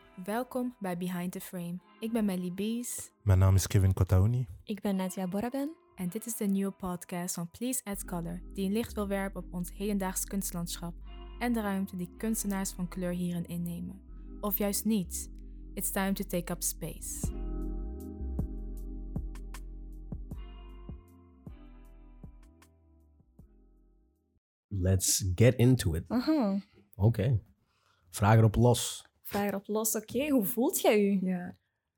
Welkom bij Behind the Frame. Ik ben Melly Bees. Mijn naam is Kevin Kotaouni. Ik ben Nadia Boraben. En dit is de nieuwe podcast van Please Add Color, die een licht wil werpen op ons hedendaags kunstlandschap en de ruimte die kunstenaars van kleur hierin innemen. Of juist niet. It's time to take up space. Let's get into it. Aha. Oké. Vraag erop los. Vraag erop los. Oké, hoe voelt jij u? Ja.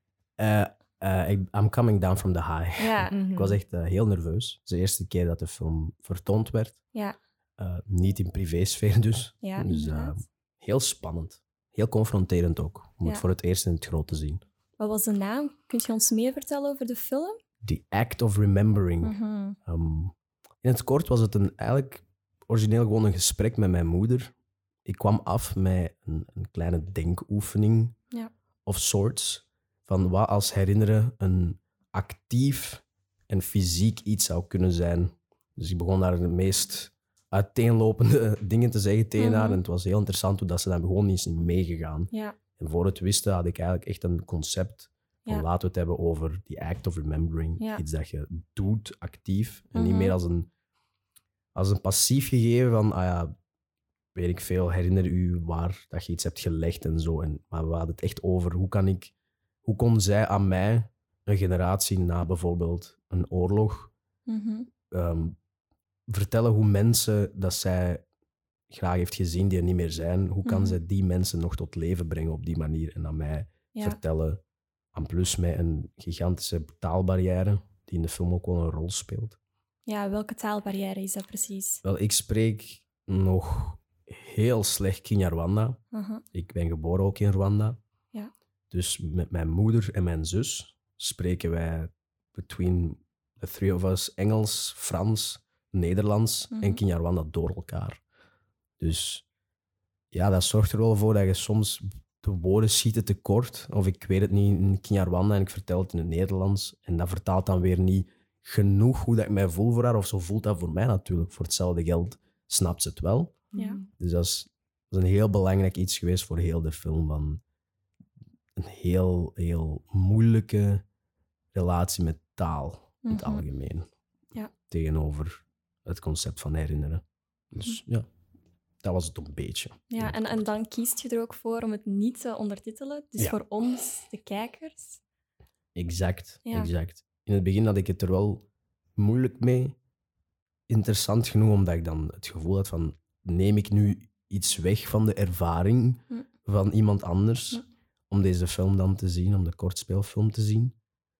I'm coming down from the high. Ja. Ik was echt heel nerveus. Het is de eerste keer dat de film vertoond werd. Ja. Niet in privésfeer dus. Ja, Dus inderdaad. heel spannend. Heel confronterend ook. Om Ja. het voor het eerst in het groot te zien. Wat was de naam? Kun je ons meer vertellen over de film? The Act of Remembering. Mhm. In het kort was het eigenlijk origineel gewoon een gesprek met mijn moeder. Ik kwam af met een kleine denkoefening Ja. of sorts. Van wat als herinneren een actief en fysiek iets zou kunnen zijn. Dus ik begon daar de meest uiteenlopende dingen te zeggen tegen haar. En het was heel interessant hoe dat ze daar gewoon niet is in meegegaan. Ja. En voor het wisten had ik eigenlijk echt een concept van Ja. laten we het hebben over die act of remembering. Ja. Iets dat je doet, actief. En niet meer als een passief gegeven van, weet ik veel, herinner u waar dat je iets hebt gelegd en zo. Maar we hadden het echt over hoe kon zij aan mij, een generatie na bijvoorbeeld een oorlog, Mhm. vertellen hoe mensen dat zij graag heeft gezien die er niet meer zijn, hoe kan zij die mensen nog tot leven brengen op die manier en aan mij Ja. vertellen, aan plus met een gigantische taalbarrière die in de film ook wel een rol speelt. Ja, welke taalbarrière is dat precies? Wel, ik spreek nog heel slecht Kinyarwanda. Aha. Ik ben geboren ook in Rwanda. Ja. Dus met mijn moeder en mijn zus spreken wij between the three of us Engels, Frans, Nederlands en Kinyarwanda door elkaar. Dus ja, dat zorgt er wel voor dat je soms de woorden schieten tekort. Of ik weet het niet in Kinyarwanda en ik vertel het in het Nederlands. En dat vertaalt dan weer niet genoeg hoe dat ik mij voel voor haar. Of zo voelt dat voor mij natuurlijk. Voor hetzelfde geld snapt ze het wel. Ja. Dus dat is een heel belangrijk iets geweest voor heel de film. Van een heel, heel moeilijke relatie met taal in het algemeen. Ja. Tegenover het concept van herinneren. Dus ja, dat was het een beetje. Ja, en dan kiest je er ook voor om het niet te ondertitelen. Dus Ja. voor ons, de kijkers. Exact, Ja. exact. In het begin had ik het er wel moeilijk mee. Interessant genoeg, omdat ik dan het gevoel had van, neem ik nu iets weg van de ervaring van iemand anders om deze film dan te zien, om de kortspeelfilm te zien.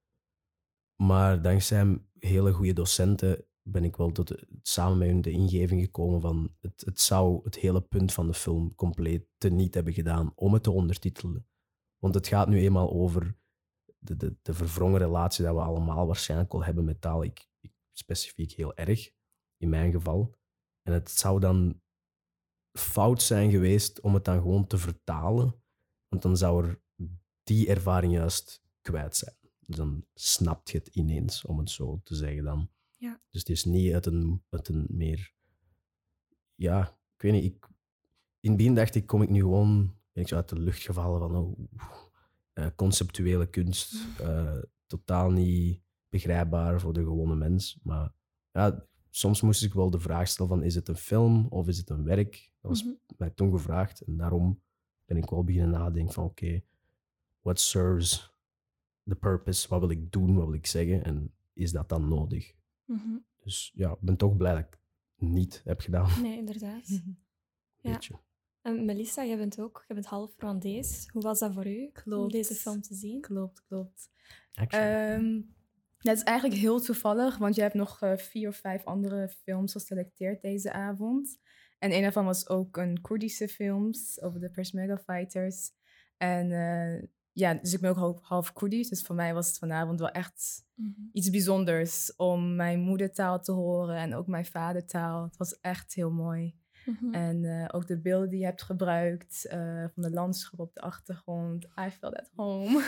Maar dankzij hele goede docenten ben ik wel samen met hun de ingeving gekomen van het zou het hele punt van de film compleet teniet hebben gedaan om het te ondertitelen. Want het gaat nu eenmaal over de verwrongen relatie dat we allemaal waarschijnlijk wel hebben met taal. Ik specifiek heel erg, in mijn geval. En het zou dan fout zijn geweest om het dan gewoon te vertalen, want dan zou er die ervaring juist kwijt zijn. Dus dan snapt je het ineens, om het zo te zeggen dan. Ja. Dus het is niet uit een meer... Ja, ik weet niet. In het begin dacht ik, kom ik nu gewoon... Ben ik zo uit de lucht gevallen van... conceptuele kunst. Totaal niet begrijpbaar voor de gewone mens. Maar ja, soms moest ik wel de vraag stellen van... Is het een film of is het een werk? Dat was mij toen gevraagd. En daarom ben ik wel beginnen nadenken van... Oké, what serves the purpose? Wat wil ik doen? Wat wil ik zeggen? En is dat dan nodig? Mhm. Dus ja, ik ben toch blij dat ik het niet heb gedaan. Nee, inderdaad. Ja. Beetje. En Melissa, jij bent half Rwandees. Hoe was dat voor u om Klopt. deze film te zien? Klopt. Actually. Dat is eigenlijk heel toevallig, want je hebt nog 4 of 5 andere films geselecteerd deze avond. En een daarvan was ook een Koerdische film over de Peshmerga fighters. En dus ik ben ook half Koerdisch, dus voor mij was het vanavond wel echt iets bijzonders om mijn moedertaal te horen en ook mijn vadertaal. Het was echt heel mooi. En ook de beelden die je hebt gebruikt van de landschap op de achtergrond. I felt at home.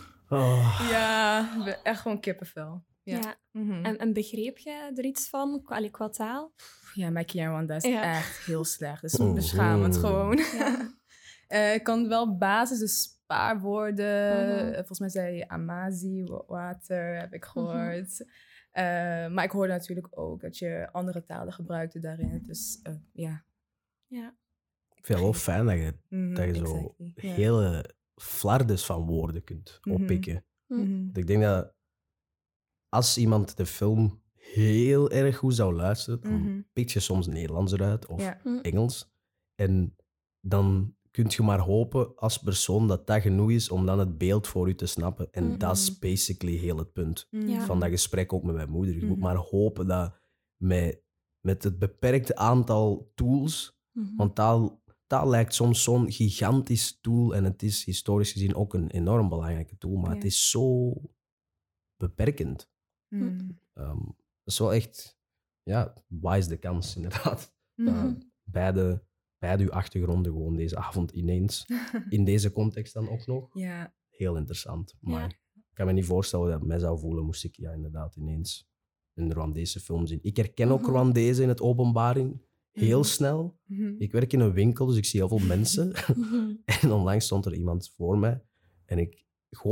Ja, echt gewoon kippenvel. Ja. Mhm. En begreep jij er iets van qua taal? Ja, mijn Kinyarwanda is echt heel slecht. Dus Oh. beschamend gewoon. Ik kan wel basis, dus paar woorden. Mhm. Volgens mij zei je amazi, water, heb ik gehoord. Maar ik hoorde natuurlijk ook dat je andere talen gebruikte daarin. Dus ja. Ja. Ik vind het wel fijn dat je, Mhm, dat je zo exactly, ja. hele flardes van woorden kunt oppikken. Mhm. Want ik denk dat als iemand de film heel erg goed zou luisteren, dan Mhm. pikt je soms Nederlands eruit of Ja. Engels. En dan kun je maar hopen als persoon dat dat genoeg is om dan het beeld voor je te snappen. En dat is basically heel het punt Ja. van dat gesprek ook met mijn moeder. Je moet Mhm. maar hopen dat met het beperkte aantal tools, want taal lijkt soms zo'n gigantisch tool en het is historisch gezien ook een enorm belangrijke tool, maar Ja. het is zo beperkend. Mhm. Dat is wel echt, ja, wise de kans inderdaad. Mhm. Dat beide uw achtergronden gewoon deze avond ineens, in deze context dan ook nog, Ja. heel interessant. Maar Ja. ik kan me niet voorstellen dat ik mij zou voelen moest ik inderdaad ineens een Rwandese film zien. Ik herken ook Rwandezen in het openbaring heel snel. Mhm. Ik werk in een winkel, dus ik zie heel veel mensen. En onlangs stond er iemand voor mij. En ik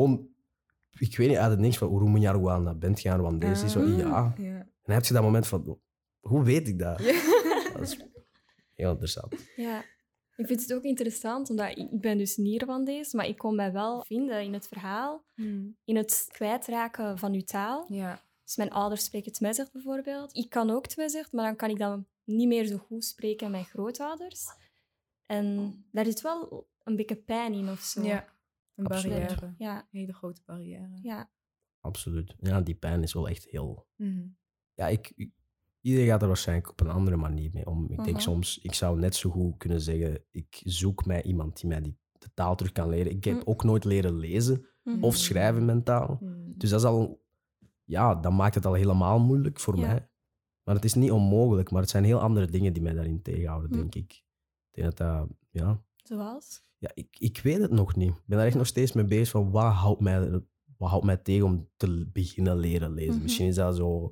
weet niet uit het niks van Urumunyaruanda, bent je een Rwandees? Die zo, ja. Ja. En dan heb je dat moment van, hoe weet ik dat? Dat is heel interessant. Ja. Ik vind het ook interessant, omdat ik ben dus niet Rwandees, maar ik kon mij wel vinden in het verhaal, Mhm. in het kwijtraken van uw taal. Ja. Dus mijn ouders spreken Tmezigh bijvoorbeeld. Ik kan ook Tmezigh, maar dan kan ik dat niet meer zo goed spreken met mijn grootouders. En daar zit wel een beetje pijn in of zo. Ja. Een Absoluut. barrière. Ja. Een hele grote barrière. Ja. Absoluut. Ja, die pijn is wel echt heel... Mhm. Ja, iedereen gaat er waarschijnlijk op een andere manier mee om. Ik denk Mhm. soms, ik zou net zo goed kunnen zeggen, ik zoek mij iemand die mij de taal terug kan leren. Ik heb ook nooit leren lezen of schrijven mentaal. Mhm. Dus dat is al... Ja, dat maakt het al helemaal moeilijk voor Ja. mij. Maar het is niet onmogelijk, maar het zijn heel andere dingen die mij daarin tegenhouden, denk ik. Ik denk dat ja... Zoals? Ja, ik weet het nog niet. Ik ben daar echt nog steeds mee bezig van wat houdt mij tegen om te beginnen leren lezen. Misschien is dat zo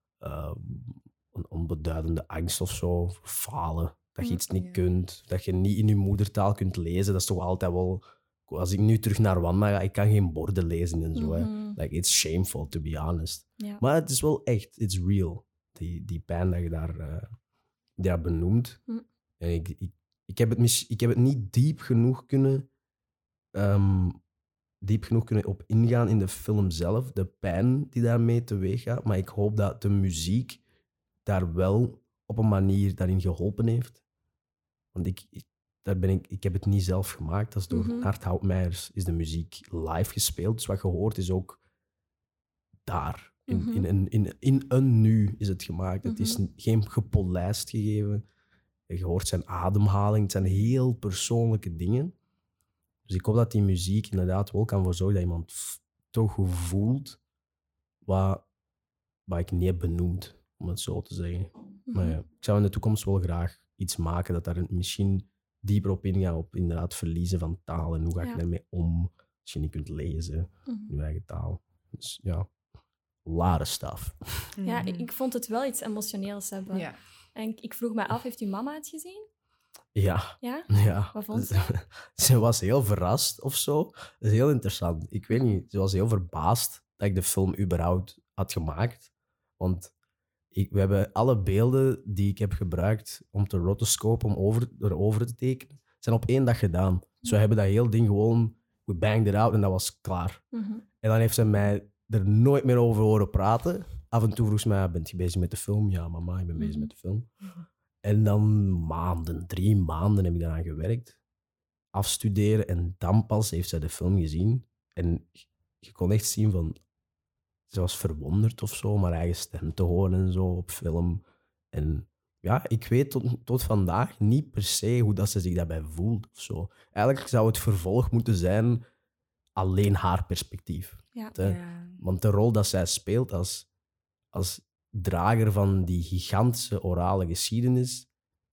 een onbeduidende angst of zo, falen. Dat je iets niet Ja. kunt, dat je niet in je moedertaal kunt lezen. Dat is toch altijd wel... Als ik nu terug naar Rwanda ga, ik kan geen borden lezen en zo. Hè. Like, it's shameful, to be honest. Ja. Maar het is wel echt, it's real. Die pijn dat je daar benoemt. En ik heb het niet diep genoeg kunnen op ingaan in de film zelf, de pijn die daarmee teweeg gaat. Maar ik hoop dat de muziek daar wel op een manier daarin geholpen heeft. Want ik heb het niet zelf gemaakt. Dat is door Hart Houtmeijers is de muziek live gespeeld. Dus wat je hoort is ook daar. In een nu is het gemaakt. Het is geen gepolijst gegeven. Je hoort zijn ademhaling. Het zijn heel persoonlijke dingen. Dus ik hoop dat die muziek inderdaad wel kan voor zorgen dat iemand toch voelt wat ik niet heb benoemd, om het zo te zeggen. Maar ja, ik zou in de toekomst wel graag iets maken dat daar misschien dieper op ingaat, op inderdaad verliezen van taal en hoe ga je daarmee om als je niet kunt lezen in je eigen taal. Dus ja, lare stuff. Ja, ik vond het wel iets emotioneels hebben. Ja. En ik vroeg me af, heeft uw mama het gezien? Ja. Ja? Ja. Wat vond ze? Ze was heel verrast of zo. Dat is heel interessant. Ik weet niet, ze was heel verbaasd dat ik de film überhaupt had gemaakt. Want we hebben alle beelden die ik heb gebruikt om te rotoscopen, om erover te tekenen, zijn op 1 dag gedaan. Dus we hebben dat heel ding gewoon, we banged it out en dat was klaar. En dan heeft ze mij er nooit meer over horen praten. Af en toe vroeg ze mij, bent je bezig met de film? Ja, mama, ik ben bezig met de film. En dan 3 maanden heb ik daaraan gewerkt. Afstuderen en dan pas heeft zij de film gezien. En je kon echt zien van... Ze was verwonderd of zo, om haar eigen stem te horen en zo op film. En ja, ik weet tot vandaag niet per se hoe dat ze zich daarbij voelt of zo. Eigenlijk zou het vervolg moeten zijn alleen haar perspectief. Ja. Want de rol dat zij speelt als drager van die gigantische orale geschiedenis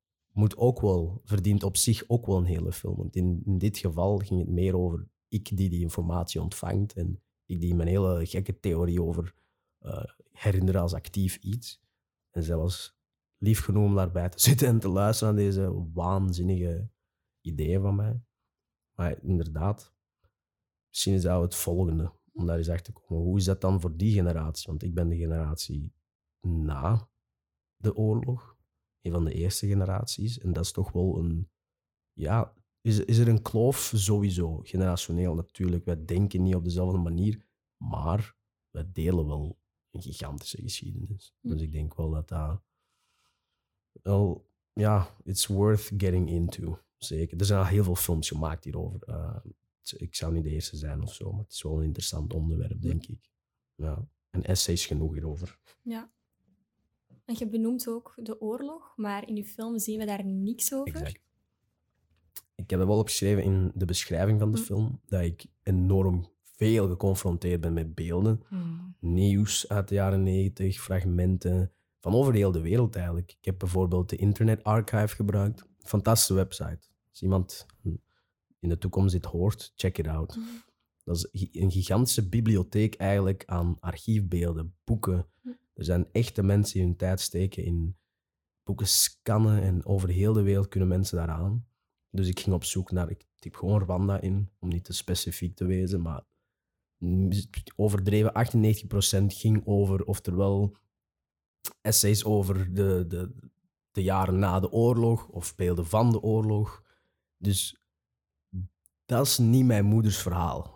verdient op zich ook wel een hele film. Want in dit geval ging het meer over ik die informatie ontvangt en ik die mijn hele gekke theorie over herinneren als actief iets. En zij was lief genoeg om daarbij te zitten en te luisteren naar deze waanzinnige ideeën van mij. Maar inderdaad, misschien is dat het volgende, om daar eens achter te komen. Hoe is dat dan voor die generatie? Want ik ben de generatie na de oorlog, een van de eerste generaties. En dat is toch wel een... Ja, is er een kloof? Sowieso. Generationeel natuurlijk. Wij denken niet op dezelfde manier, maar wij delen wel een gigantische geschiedenis. Dus ik denk wel dat dat... Wel, ja, it's worth getting into. Zeker. Er zijn al heel veel films gemaakt hierover. Ik zou niet de eerste zijn of zo, maar het is wel een interessant onderwerp, denk ik. Ja. En essays genoeg hierover. Ja. En je benoemt ook de oorlog, maar in je film zien we daar niks over. Exact. Ik heb er wel opgeschreven in de beschrijving van de film dat ik enorm veel geconfronteerd ben met beelden. Nieuws uit de jaren 90, fragmenten van over heel de wereld eigenlijk. Ik heb bijvoorbeeld de Internet Archive gebruikt. Fantastische website. Als iemand in de toekomst dit hoort, check it out. Dat is een gigantische bibliotheek eigenlijk aan archiefbeelden, boeken. Er zijn echte mensen die hun tijd steken in boeken scannen en over heel de wereld kunnen mensen daaraan. Dus ik ging op zoek naar, ik typ gewoon Rwanda in, om niet te specifiek te wezen, maar overdreven 98% ging over, oftewel essays over de jaren na de oorlog of beelden van de oorlog. Dus dat is niet mijn moeders verhaal.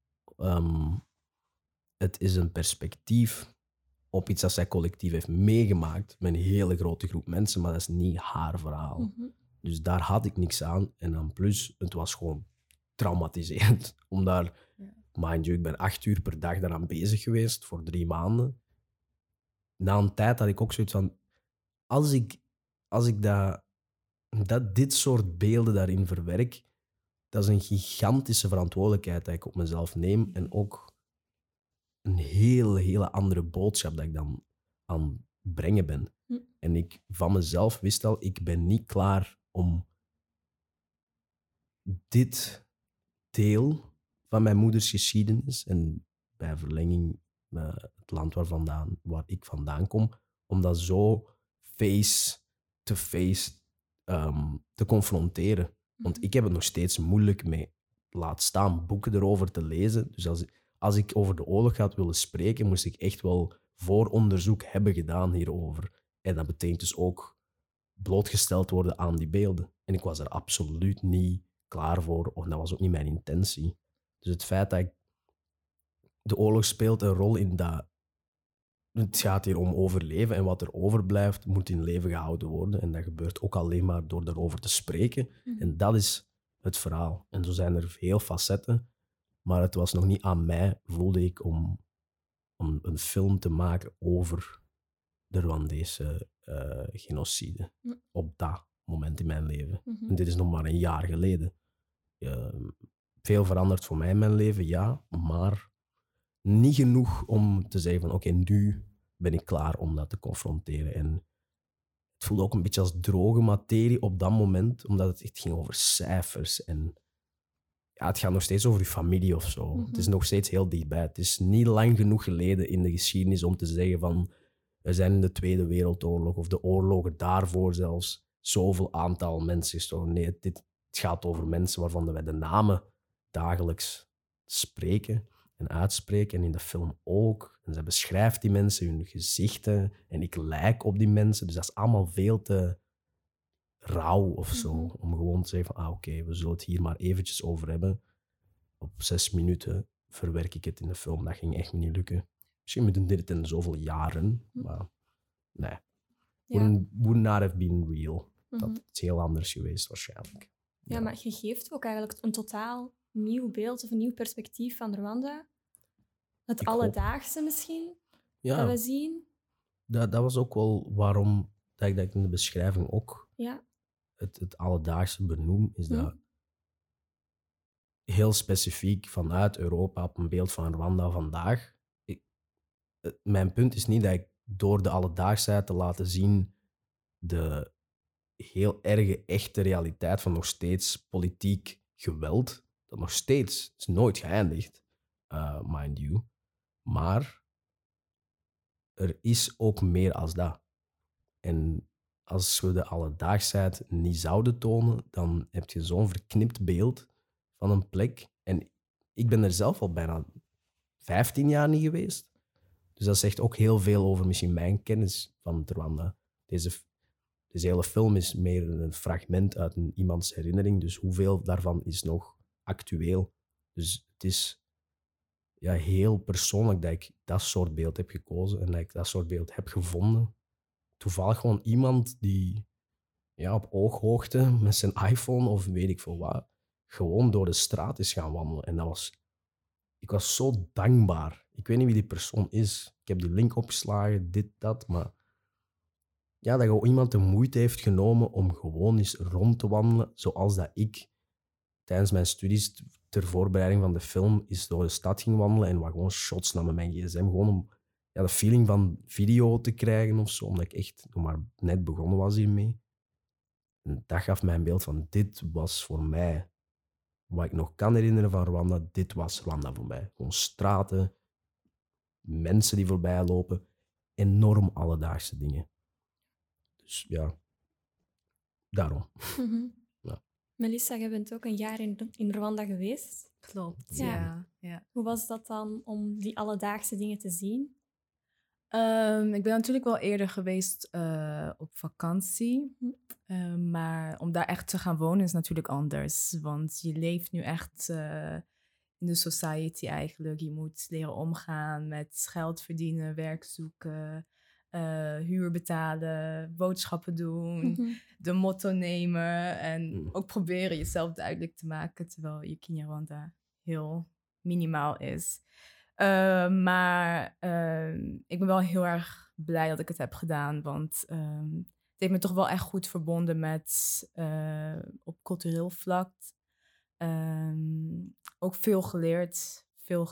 Het is een perspectief op iets dat zij collectief heeft meegemaakt met een hele grote groep mensen, maar dat is niet haar verhaal. Dus daar had ik niks aan. En dan plus, het was gewoon traumatiserend. Om daar, mind you, ik ben 8 uur per dag daaraan bezig geweest voor 3 maanden. Na een tijd had ik ook zoiets van, als ik dit soort beelden daarin verwerk, dat is een gigantische verantwoordelijkheid dat ik op mezelf neem en ook een hele andere boodschap dat ik dan aan het brengen ben. En ik van mezelf wist al, ik ben niet klaar om dit deel van mijn moeders geschiedenis en bij verlenging het land waar ik vandaan kom, om dat zo face-to-face te confronteren. Want ik heb het nog steeds moeilijk mee, laat staan boeken erover te lezen. Dus als ik over de oorlog had willen spreken, moest ik echt wel vooronderzoek hebben gedaan hierover. En dat betekent dus ook blootgesteld worden aan die beelden. En ik was er absoluut niet klaar voor, of dat was ook niet mijn intentie. Dus het feit dat de oorlog speelt een rol in dat... Het gaat hier om overleven en wat er overblijft moet in leven gehouden worden. En dat gebeurt ook alleen maar door erover te spreken. En dat is het verhaal. En zo zijn er veel facetten. Maar het was nog niet aan mij, voelde ik, om een film te maken over de Rwandese genocide. Op dat moment in mijn leven. En dit is nog maar een jaar geleden. Veel veranderd voor mij in mijn leven, ja. Maar niet genoeg om te zeggen van oké, nu ben ik klaar om dat te confronteren. En het voelde ook een beetje als droge materie op dat moment, omdat het echt ging over cijfers. En ja, het gaat nog steeds over je familie of zo. Het is nog steeds heel dichtbij. Het is niet lang genoeg geleden in de geschiedenis om te zeggen van er zijn in de Tweede Wereldoorlog of de oorlogen daarvoor zelfs zoveel aantal mensen gestorven. Nee, het gaat over mensen waarvan wij de namen dagelijks spreken en uitspreken. En in de film ook. En zij beschrijft die mensen, hun gezichten. En ik lijk op die mensen. Dus dat is allemaal veel te rauw of zo. Om gewoon te zeggen van, oké, we zullen het hier maar eventjes over hebben. Op 6 minuten verwerk ik het in de film. Dat ging echt niet lukken. Misschien moeten dit in zoveel jaren. Maar nee. Would not have been real. Dat is heel anders geweest waarschijnlijk. Ja, maar je geeft ook eigenlijk een totaal nieuw beeld of een nieuw perspectief van Rwanda. Het alledaagse misschien, dat we zien. Dat was ook wel waarom dat ik in de beschrijving ook het alledaagse benoem. Is dat heel specifiek vanuit Europa op een beeld van Rwanda vandaag. Mijn punt is niet dat ik door de alledaagsheid te laten zien de heel erge, echte realiteit van nog steeds politiek geweld, dat nog steeds is nooit geëindigd, mind you. Maar er is ook meer als dat. En als we de alledaagsheid niet zouden tonen, dan heb je zo'n verknipt beeld van een plek. En ik ben er zelf al bijna 15 jaar niet geweest. Dus dat zegt ook heel veel over misschien mijn kennis van Rwanda. Deze hele film is meer een fragment uit iemands herinnering. Dus hoeveel daarvan is nog actueel? Dus het is heel persoonlijk dat ik dat soort beeld heb gekozen en dat ik dat soort beeld heb gevonden. Toevallig gewoon iemand die op ooghoogte met zijn iPhone of weet ik veel wat, gewoon door de straat is gaan wandelen. En ik was zo dankbaar. Ik weet niet wie die persoon is. Ik heb die link opgeslagen, dit, dat, maar dat gewoon iemand de moeite heeft genomen om gewoon eens rond te wandelen, zoals dat ik tijdens mijn studies ter voorbereiding van de film is door de stad ging wandelen en wat gewoon shots nam met mijn gsm, gewoon om de feeling van video te krijgen of zo, omdat ik echt nog maar net begonnen was hiermee. En dat gaf mij een beeld van, dit was voor mij, wat ik nog kan herinneren van Rwanda, dit was Rwanda voor mij. Gewoon straten, mensen die voorbij lopen, enorm alledaagse dingen. Dus daarom. Ja. Melissa, jij bent ook een jaar in Rwanda geweest. Klopt, Ja. ja. Hoe was dat dan om die alledaagse dingen te zien? Ik ben natuurlijk wel eerder geweest op vakantie. Maar om daar echt te gaan wonen is natuurlijk anders. Want je leeft nu echt in de society eigenlijk. Je moet leren omgaan met geld verdienen, werk zoeken, huur betalen, boodschappen doen, de motto nemen. En ook proberen jezelf duidelijk te maken terwijl je Kinyarwanda heel minimaal is. Maar ik ben wel heel erg blij dat ik het heb gedaan, want het heeft me toch wel echt goed verbonden met op cultureel vlak. Ook veel geleerd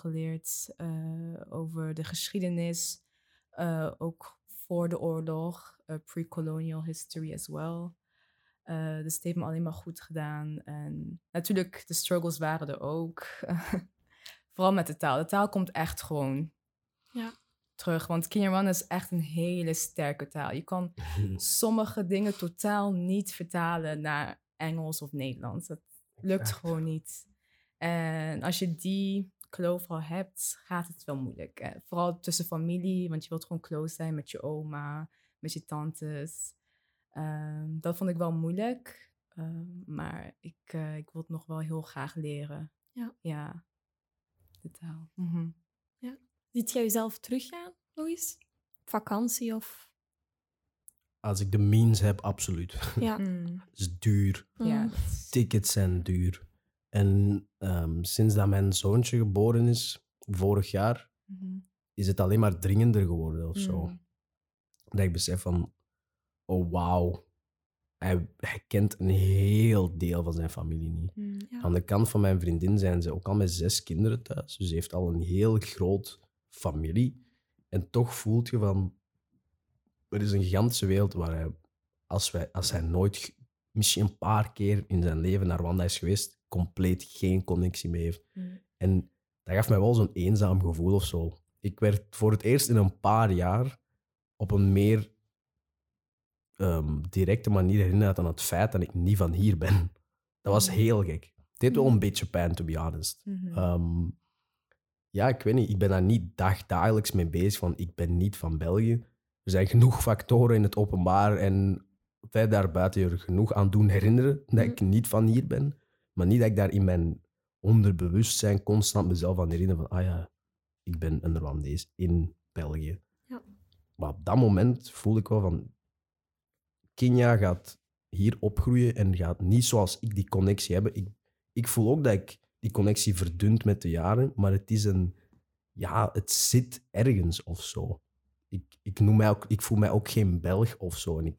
over de geschiedenis, ook voor de oorlog, pre-colonial history as well. Dus het heeft me alleen maar goed gedaan. En natuurlijk, de struggles waren er ook. Vooral met de taal. De taal komt echt gewoon terug. Want Kinyarwanda is echt een hele sterke taal. Je kan sommige dingen totaal niet vertalen naar Engels of Nederlands. Dat lukt gewoon niet. En als je die kloof al hebt, gaat het wel moeilijk. Vooral tussen familie, want je wilt gewoon close zijn met je oma, met je tantes. Dat vond ik wel moeilijk. Maar ik wil het nog wel heel graag leren. Ja. De taal. Ja. Ziet jij jezelf teruggaan, Louis? Op vakantie of... Als ik de means heb, absoluut. Ja. Het is duur. Ja. Tickets zijn duur. En sinds dat mijn zoontje geboren is, vorig jaar, is het alleen maar dringender geworden of zo. Dat ik besef van, oh wauw, hij kent een heel deel van zijn familie niet. Ja. Aan de kant van mijn vriendin zijn ze ook al met 6 kinderen thuis. Dus ze heeft al een heel groot familie. En toch voelt je van, er is een gigantische wereld waar hij, als hij nooit, misschien een paar keer in zijn leven naar Rwanda is geweest, compleet geen connectie mee heeft. En dat gaf mij wel zo'n eenzaam gevoel of zo. Ik werd voor het eerst in een paar jaar op een meer directe manier herinnerd aan het feit dat ik niet van hier ben. Dat was heel gek. Het deed wel een beetje pijn, to be honest. Ik weet niet, ik ben daar niet dagelijks mee bezig, van ik ben niet van België. Er zijn genoeg factoren in het openbaar en feit daarbuiten je er genoeg aan doen herinneren dat ik niet van hier ben. Maar niet dat ik daar in mijn onderbewustzijn constant mezelf aan herinner van ik ben een Rwandees in België. Ja. Maar op dat moment voelde ik wel van, Kenia gaat hier opgroeien en gaat niet zoals ik die connectie hebben. Ik voel ook dat ik die connectie verdund met de jaren, maar het is het zit ergens of zo. Ik voel mij ook geen Belg of zo. En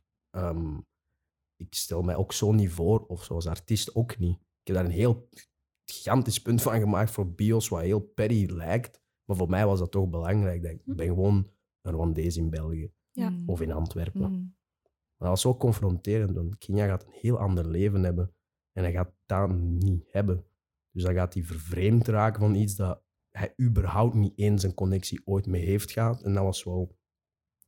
ik stel mij ook zo niet voor, of zo als artiest ook niet. Ik heb daar een heel gigantisch punt van gemaakt voor Bios, wat heel petty lijkt. Maar voor mij was dat toch belangrijk. Dat ik ben gewoon een Rwandees in België. Ja. Of in Antwerpen. Maar dat was zo confronterend, want Kenia gaat een heel ander leven hebben. En hij gaat dat niet hebben. Dus dan gaat hij vervreemd raken van iets dat hij überhaupt niet eens een connectie ooit mee heeft gehad. En dat was wel,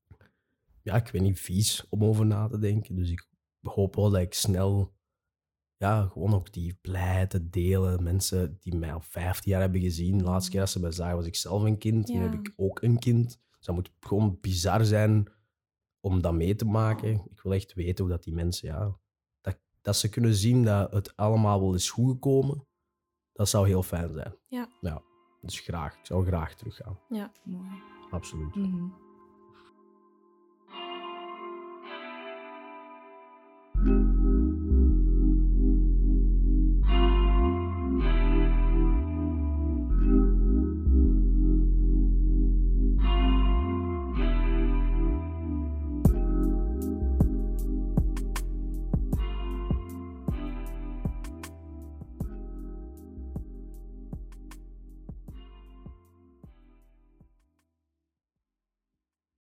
ik weet niet, vies om over na te denken. Dus ik hoop wel dat ik snel ja, gewoon ook die blijheid te delen. Mensen die mij al 15 jaar hebben gezien. De laatste keer dat ze mij zagen was ik zelf een kind. Nu Ja. heb ik ook een kind. Dus dat moet gewoon bizar zijn om dat mee te maken. Ik wil echt weten hoe dat die mensen, ja, dat ze kunnen zien dat het allemaal wel is goed gekomen. Dat zou heel fijn zijn. Ja. Ja, dus graag. Ik zou graag teruggaan. Ja. Mooi. Absoluut. Mhm.